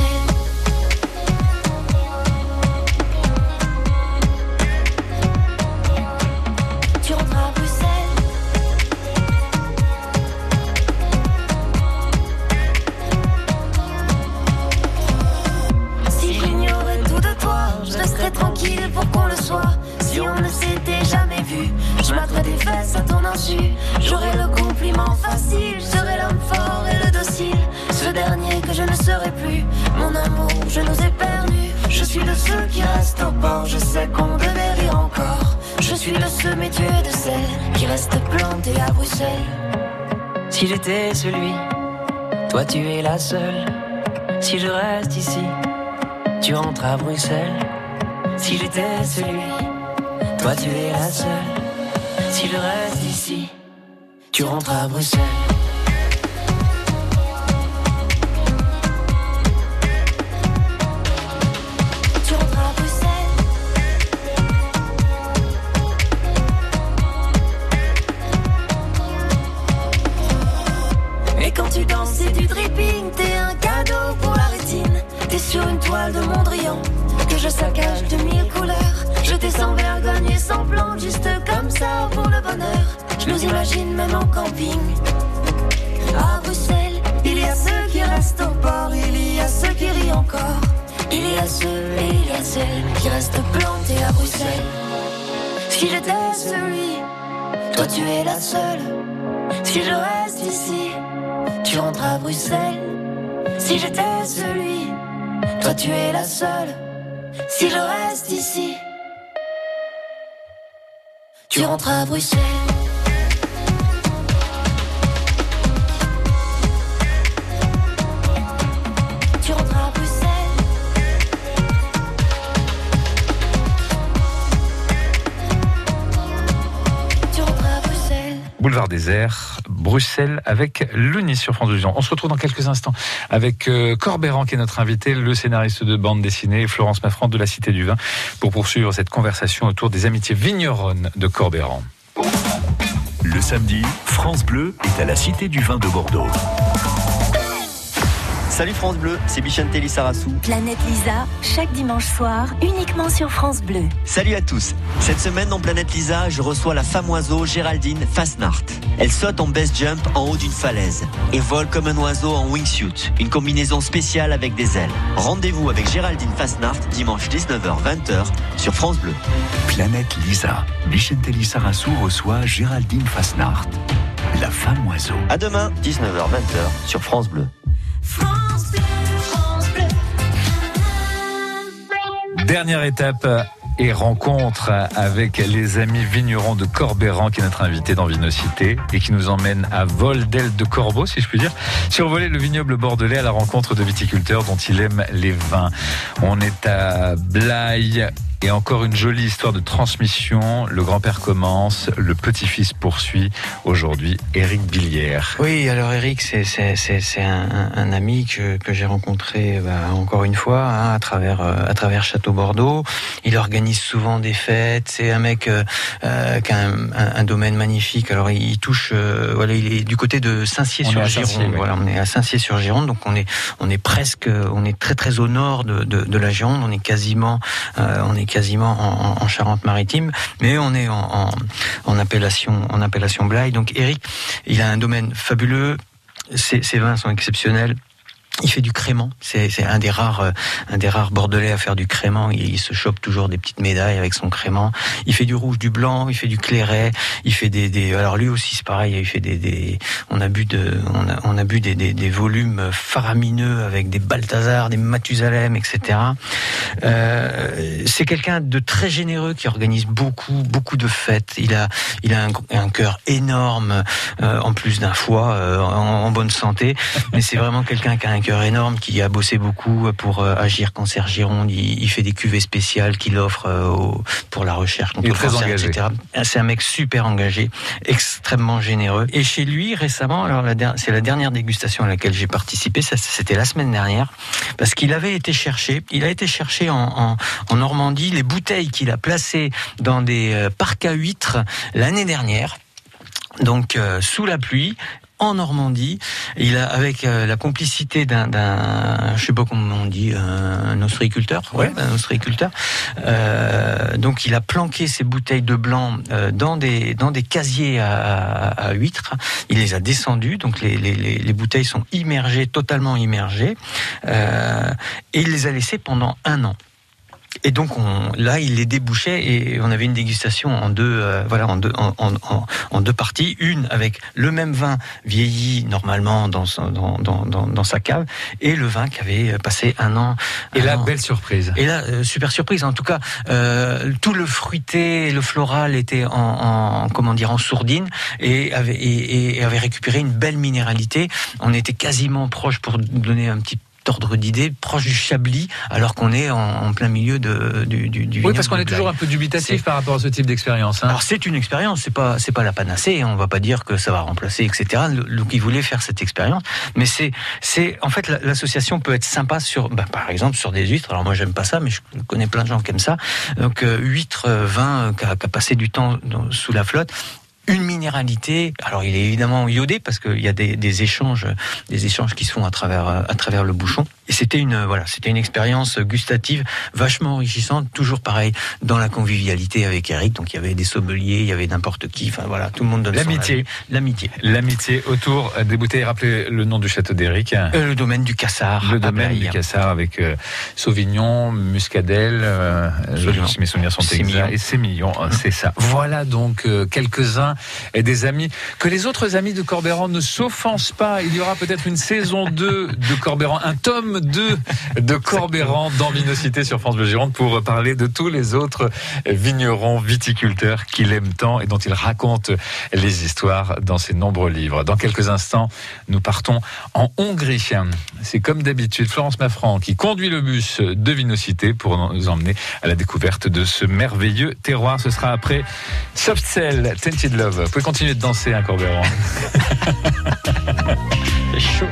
Tu rentres à Bruxelles. Si j'ignorais tout de toi, je resterais tranquille pour qu'on le soit. Si on ne s'était jamais vu, je m'attraperais des fesses à ton insu. J'aurais le compliment facile, je serais l'homme suis de ceux, mais tu es de celles qui restent plantées à Bruxelles. Si j'étais celui, toi tu es la seule. Si je reste ici, tu rentres à Bruxelles. Si j'étais celui, toi tu es la seule. Si je reste ici, tu rentres à Bruxelles. Tu rentres à Bruxelles. Et quand tu danses, c'est du dripping. T'es un cadeau pour la rétine. T'es sur une toile de Mondrian que je saccage de 1000 couleurs. Je t'ai sans vergogne et sans plan, juste comme ça pour le bonheur. Je nous imagine même en camping. À Bruxelles, il y a ceux qui restent au port, il y a ceux qui rient encore. Il y a ceux et il y a celles qui restent plantés à Bruxelles. Si j'étais celui, toi tu es la seule. Si je reste ici, tu rentres à Bruxelles. Si j'étais celui, toi tu es la seule. Si je reste ici, tu rentres à Bruxelles. Tu rentres à Bruxelles. Tu rentres à Bruxelles. Boulevard Désert, Bruxelles avec Lounis sur France Bleu Gironde. On se retrouve dans quelques instants avec Corbeyran qui est notre invité, le scénariste de bande dessinée, et Florence Maffrand de la Cité du Vin pour poursuivre cette conversation autour des amitiés vigneronnes de Corbeyran. Le samedi, France Bleu est à la Cité du Vin de Bordeaux. Salut France Bleu, c'est Bichente Lissarassou. Planète Lisa, chaque dimanche soir, uniquement sur France Bleu. Salut à tous. Cette semaine dans Planète Lisa, je reçois la femme oiseau Géraldine Fasnacht. Elle saute en base jump en haut d'une falaise et vole comme un oiseau en wingsuit, une combinaison spéciale avec des ailes. Rendez-vous avec Géraldine Fasnacht dimanche 19h-20h sur France Bleu. Planète Lisa, Bichente Lissarassou reçoit Géraldine Fasnacht, la femme oiseau. À demain, 19h-20h sur France Bleu. France Bleu, France Bleu. Dernière étape et rencontre avec les amis vignerons de Corbeyran, qui est notre invité dans Vinocité et qui nous emmène à vol d'aile de corbeau, si je puis dire, survoler le vignoble bordelais à la rencontre de viticulteurs dont il aime les vins. On est à Blaye. Et encore une jolie histoire de transmission. Le grand-père commence, le petit-fils poursuit. Aujourd'hui, Éric Billière. Oui, alors Éric, c'est un ami que j'ai rencontré encore une fois à travers Château Bordeaux. Il organise souvent des fêtes. C'est un mec qui a un domaine magnifique. Alors il touche, il est du côté de Saint-Cier-sur-Gironde. Oui. Voilà, on est à Saint-Cier-sur-Gironde, donc on est presque, on est très très au nord de la Gironde. On est quasiment en Charente-Maritime, mais on est en appellation Blaye. Donc Éric, il a un domaine fabuleux, ses vins sont exceptionnels. Il fait du crément, c'est un des rares bordelais à faire du crément. Il se chope toujours des petites médailles avec son crément. Il fait du rouge, du blanc, il fait du clairet, il fait alors lui aussi c'est pareil, il fait on a bu des volumes faramineux avec des Balthazar, des Mathusalem, etc. C'est quelqu'un de très généreux qui organise beaucoup de fêtes. Il a un cœur énorme, en plus d'un foie en bonne santé, mais c'est vraiment quelqu'un qui a un cœur énorme, qui a bossé beaucoup pour Agir Cancer Gironde. Il fait des cuvées spéciales qu'il offre pour la recherche contre le cancer, etc. C'est un mec super engagé, extrêmement généreux. Et chez lui, récemment, alors c'est la dernière dégustation à laquelle j'ai participé, c'était la semaine dernière, parce qu'il a été chercher en Normandie les bouteilles qu'il a placées dans des parcs à huîtres l'année dernière, donc sous la pluie, en Normandie. Il a, avec la complicité d'un je sais pas comment on dit, un ostréiculteur. Ouais. Un ostréiculteur. Donc il a planqué ses bouteilles de blanc dans des casiers à huîtres. Il les a descendues, donc les bouteilles sont immergées, totalement immergées, et il les a laissées pendant 1 an. Et donc là, il les débouchait et on avait une dégustation en deux parties. Une avec le même vin vieilli normalement dans sa cave et le vin qui avait passé un an. Et là, belle surprise. Et là, super surprise. En tout cas, tout le fruité, le floral était en sourdine et avait récupéré une belle minéralité. On était quasiment proche, pour donner un petit ordre d'idée, proche du Chablis, alors qu'on est en plein milieu du Oui, parce qu'on est toujours un peu dubitatif par rapport à ce type d'expérience. Alors c'est une expérience, c'est pas la panacée, on va pas dire que ça va remplacer, etc. Donc ils voulaient faire cette expérience, mais c'est en fait l'association peut être sympa sur, par exemple sur des huîtres. Alors moi j'aime pas ça, mais je connais plein de gens qui aiment ça. Donc huîtres, vin qui a passé du temps sous la flotte. Une minéralité. Alors, il est évidemment iodé parce qu'il y a des échanges qui se font à travers le bouchon. Et c'était une expérience gustative vachement enrichissante. Toujours pareil dans la convivialité avec Eric. Donc, il y avait des sommeliers, il y avait n'importe qui. Enfin voilà, tout le monde donne l'amitié. L'amitié autour des bouteilles. Rappelez le nom du château d'Eric. Le domaine du Cassard. Le domaine du Cassard avec Sauvignon, Muscadelle. Si mes souvenirs sont exacts. Et Sémillon, c'est ça. Voilà donc quelques-uns et des amis, que les autres amis de Corbeyran ne s'offensent pas. Il y aura peut-être une saison 2 de Corbeyran, un tome 2 de Corbeyran dans Vinocité sur France Bleu Gironde pour parler de tous les autres vignerons, viticulteurs qu'il aime tant et dont il raconte les histoires dans ses nombreux livres. Dans quelques instants, nous partons en Hongrie. C'est comme d'habitude Florence Maffran qui conduit le bus de Vinocité pour nous emmener à la découverte de ce merveilleux terroir. Ce sera après Soft Cell, Tainted Love. Vous pouvez continuer de danser, Corbeyran. C'est chaud.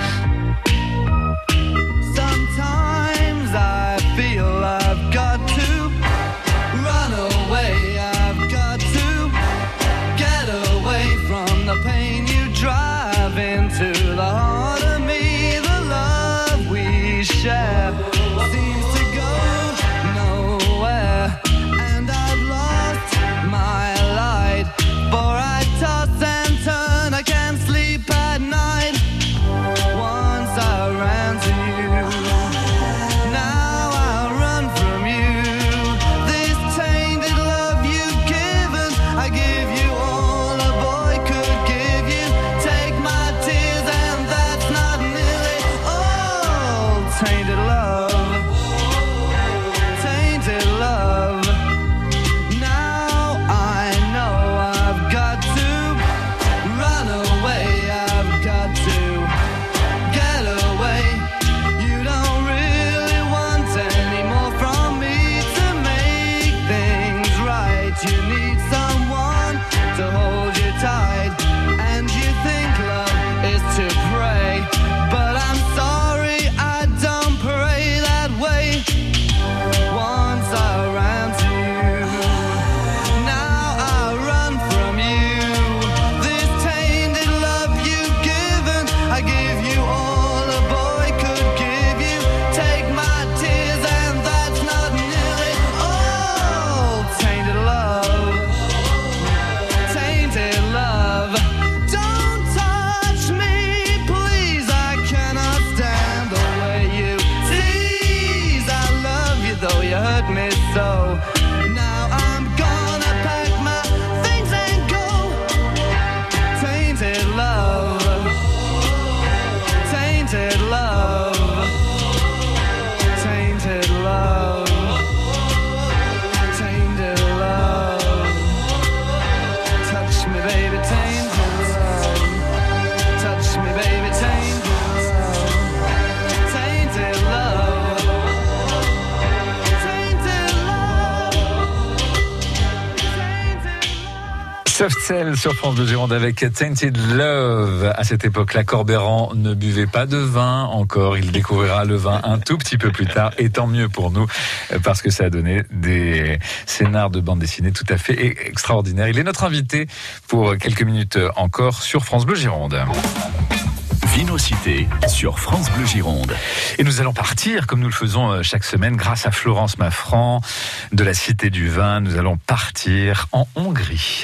Sometimes I feel I've got to run away. I've got to get away from the pain you drive into the heart of me. The love we share seems to go nowhere, and I've lost my light. For I toss and turn, I can't sleep at night. Once I ran to you, now I run from you. This tainted love you've given, I give you all a boy could give you. Take my tears and that's not nearly all. Tainted love, tainted love. Now I know I've got to run away, I've got to get away. You don't really want any more from me to make things right. You need someone to hold you tight, and you think love is to pray, but I'm sorry, I don't pray that way. Once I ran to you, now I run from you. This tainted love you've given, I give you all a boy could give you. Take my tears and that's not nearly all. Tainted love, tainted love. Don't touch me, please, I cannot stand the way you tease. I love you though you hurt me so. Now I'm gonna pack my things and go. Tainted love, tainted love, tainted love, tainted love. Touch me, baby, tainted love. Touch me, baby, tainted love. Tainted love. Tainted love. Soft Cell sur France Bleu Gironde avec Tainted Love. À cette époque-là, Corbeyran ne buvait pas de vin encore. Il découvrira le vin un tout petit peu plus tard. Et tant mieux pour nous, parce que ça a donné des scénars de bande dessinée tout à fait extraordinaires. Il est notre invité pour quelques minutes encore sur France Bleu Gironde. Vinocité sur France Bleu Gironde. Et nous allons partir, comme nous le faisons chaque semaine, grâce à Florence Maffran de la Cité du Vin. Nous allons partir en Hongrie.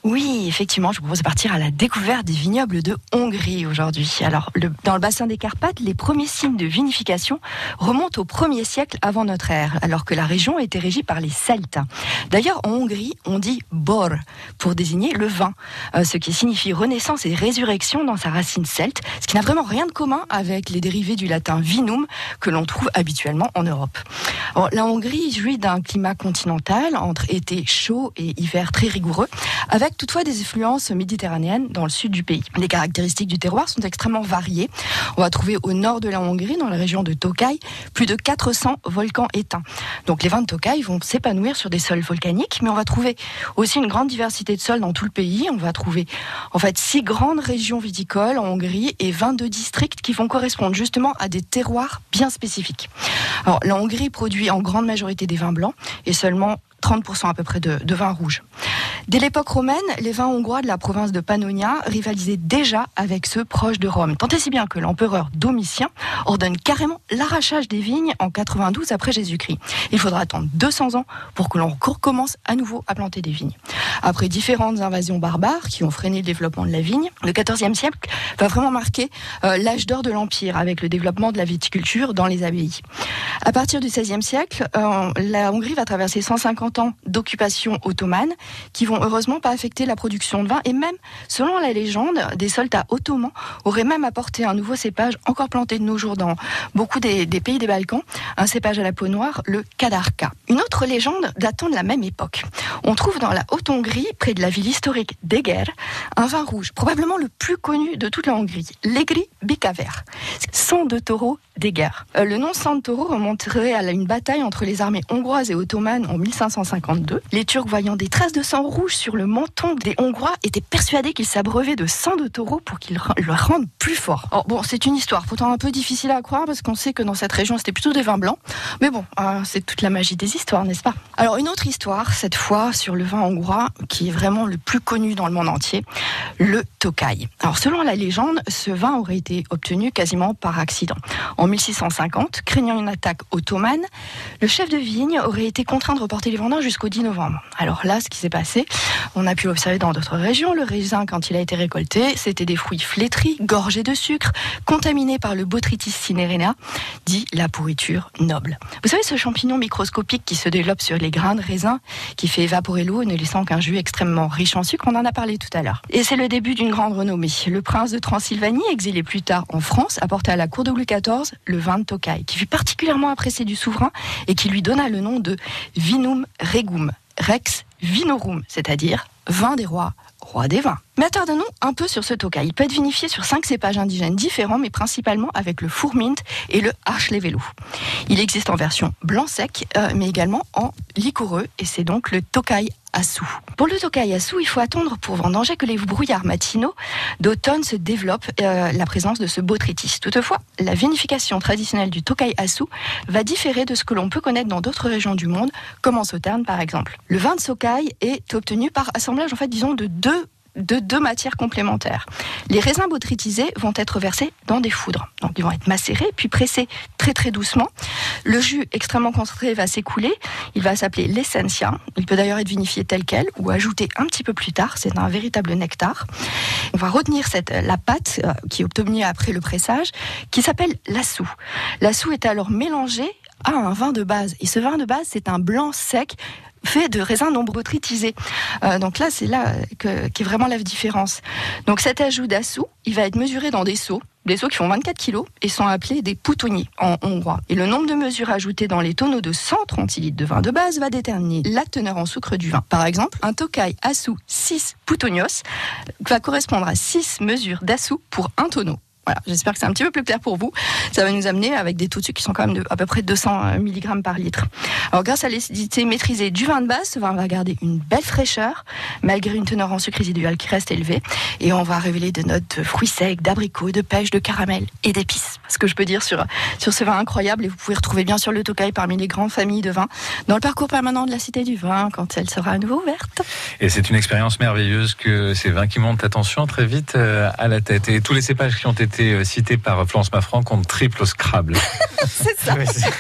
Oui, effectivement, je vous propose de partir à la découverte des vignobles de Hongrie aujourd'hui. Alors, dans le bassin des Carpates, les premiers signes de vinification remontent au 1er siècle avant notre ère, alors que la région était régie par les Celtes. D'ailleurs, en Hongrie, on dit bor pour désigner le vin, ce qui signifie renaissance et résurrection dans sa racine celte, ce qui n'a vraiment rien de commun avec les dérivés du latin vinum que l'on trouve habituellement en Europe. Alors, la Hongrie jouit d'un climat continental entre été chaud et hiver très rigoureux, avec toutefois des influences méditerranéennes dans le sud du pays. Les caractéristiques du terroir sont extrêmement variées. On va trouver au nord de la Hongrie, dans la région de Tokaj, plus de 400 volcans éteints. Donc les vins de Tokaj vont s'épanouir sur des sols volcaniques, mais on va trouver aussi une grande diversité de sols dans tout le pays. On va trouver en fait 6 grandes régions viticoles en Hongrie et 22 districts qui vont correspondre justement à des terroirs bien spécifiques. Alors la Hongrie produit en grande majorité des vins blancs et seulement 30% à peu près de vins rouges. Dès l'époque romaine, les vins hongrois de la province de Pannonia rivalisaient déjà avec ceux proches de Rome. Tant et si bien que l'empereur Domitien ordonne carrément l'arrachage des vignes en 92 après Jésus-Christ. Il faudra attendre 200 ans pour que l'on recommence à nouveau à planter des vignes. Après différentes invasions barbares qui ont freiné le développement de la vigne, le XIVe siècle va vraiment marquer l'âge d'or de l'Empire avec le développement de la viticulture dans les abbayes. À partir du XVIe siècle, la Hongrie va traverser 150 ans d'occupation ottomane qui vont heureusement pas affecter la production de vin et même, selon la légende, des soldats ottomans auraient même apporté un nouveau cépage encore planté de nos jours dans beaucoup des pays des Balkans, un cépage à la peau noire, le Kadarka. Une autre légende datant de la même époque. On trouve dans la Haute-Hongrie, près de la ville historique d'Eger, un vin rouge, probablement le plus connu de toute la Hongrie, l'Egri Bikaver, sang de taureau d'Eger. Le nom sang de taureau remonterait à une bataille entre les armées hongroises et ottomanes en 1552. Les Turcs, voyant des traces de sang rouge sur le menton des Hongrois, étaient persuadés qu'ils s'abreuvaient de sang de taureau pour qu'ils le rendent plus fort. Alors bon, c'est une histoire pourtant un peu difficile à croire parce qu'on sait que dans cette région c'était plutôt des vins blancs. Mais bon, c'est toute la magie des histoires, n'est-ce pas? Alors une autre histoire, cette fois sur le vin hongrois qui est vraiment le plus connu dans le monde entier, le Tokaj. Alors selon la légende, ce vin aurait été obtenu quasiment par accident. En 1650, craignant une attaque ottomane, le chef de vigne aurait été contraint de reporter les vendanges jusqu'au 10 novembre. Alors là, ce qui s'est passé, on a pu l'observer dans d'autres régions. Le raisin, quand il a été récolté, c'était des fruits flétris, gorgés de sucre, contaminés par le Botrytis cinerea, dit la pourriture noble. Vous savez, ce champignon microscopique qui se développe sur les grains de raisin, qui fait évaporer l'eau, ne laissant qu'un jus extrêmement riche en sucre, on en a parlé tout à l'heure. Et c'est le début d'une grande renommée. Le prince de Transylvanie, exilé plus tard en France, apporta à la cour de Louis XIV le vin de Tokaj, qui fut particulièrement apprécié du souverain et qui lui donna le nom de Vinum Regum, Rex Vinorum, c'est-à-dire vin des rois, roi des vins. Mais attardons-nous un peu sur ce Tokaj. Il peut être vinifié sur 5 cépages indigènes différents, mais principalement avec le Fourmint et le Archlevelu. Il existe en version blanc sec, mais également en liquoreux, et c'est donc le Tokaj Assou. Pour le Tokaj Assou, il faut attendre pour vendanger que les brouillards matinaux d'automne se développent la présence de ce Botrytis. Toutefois, la vinification traditionnelle du Tokaj Assou va différer de ce que l'on peut connaître dans d'autres régions du monde, comme en Sauternes par exemple. Le vin de Tokaj est obtenu par assemblage, en fait, disons, de deux matières complémentaires. Les raisins botrytisés vont être versés dans des foudres. Donc ils vont être macérés, puis pressés très très doucement. Le jus extrêmement concentré va s'écouler. Il va s'appeler l'essentia. Il peut d'ailleurs être vinifié tel quel ou ajouté un petit peu plus tard. C'est un véritable nectar. On va retenir la pâte qui est obtenue après le pressage, qui s'appelle l'assou. L'assou est alors mélangé à un vin de base. Et ce vin de base, c'est un blanc sec fait de raisins non botrytisés. Donc là, c'est là qu'est vraiment la différence. Donc cet ajout d'assou, il va être mesuré dans des seaux qui font 24 kilos et sont appelés des poutonniers en hongrois. Et le nombre de mesures ajoutées dans les tonneaux de 130 litres de vin de base va déterminer la teneur en sucre du vin. Par exemple, un Tokaj Assou 6 poutonnios va correspondre à 6 mesures d'assou pour un tonneau. Voilà, j'espère que c'est un petit peu plus clair pour vous. Ça va nous amener avec des taux de sucre qui sont quand même de à peu près 200 mg par litre. Alors grâce à l'acidité maîtrisée du vin de base, ce vin va garder une belle fraîcheur malgré une teneur en sucre résiduel qui reste élevée, et on va révéler des notes de fruits secs, d'abricots, de pêche, de caramel et d'épices. Ce que je peux dire sur ce vin incroyable, et vous pouvez retrouver bien sûr le Tokaj parmi les grandes familles de vins dans le parcours permanent de la Cité du Vin quand elle sera à nouveau ouverte. Et c'est une expérience merveilleuse que ces vins qui montent, attention, très vite à la tête. Et tous les cépages qui ont été cités par Florence Maffran comptent triple au Scrabble. C'est ça.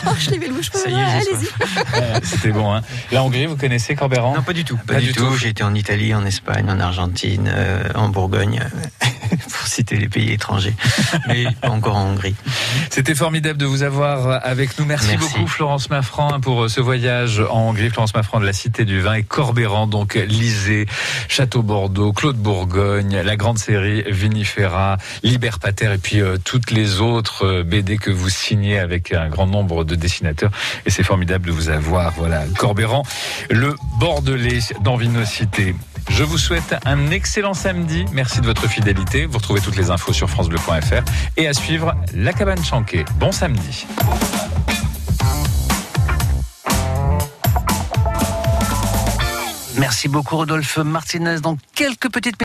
je l'ai vu le bouche pas. Ça y est, j'ai Allez-y. C'était bon, hein. La Hongrie, vous connaissez Corbéran? Non, pas du tout. Pas du tout. J'ai été en Italie, en Espagne, en Argentine, en Bourgogne, pour citer les pays étrangers, mais pas encore en Hongrie. C'était formidable de vous avoir avec nous. Merci beaucoup Florence Maffran pour ce voyage en Hongrie. Florence Maffran de la Cité du Vin et Corbéran, donc Lisée, Château Bordeaux, Claude Bourgogne, la grande série Vinifera, Liber Pater et puis toutes les autres BD que vous signez avec un grand nombre de dessinateurs. Et c'est formidable de vous avoir. Voilà, Corbéran, le Bordelais dans Vinocité. Je vous souhaite un excellent samedi. Merci de votre fidélité. Vous retrouvez toutes les infos sur francebleu.fr et à suivre La Cabane Chanquée. Bon samedi. Merci beaucoup Rodolphe Martinez. Dans quelques petites minutes.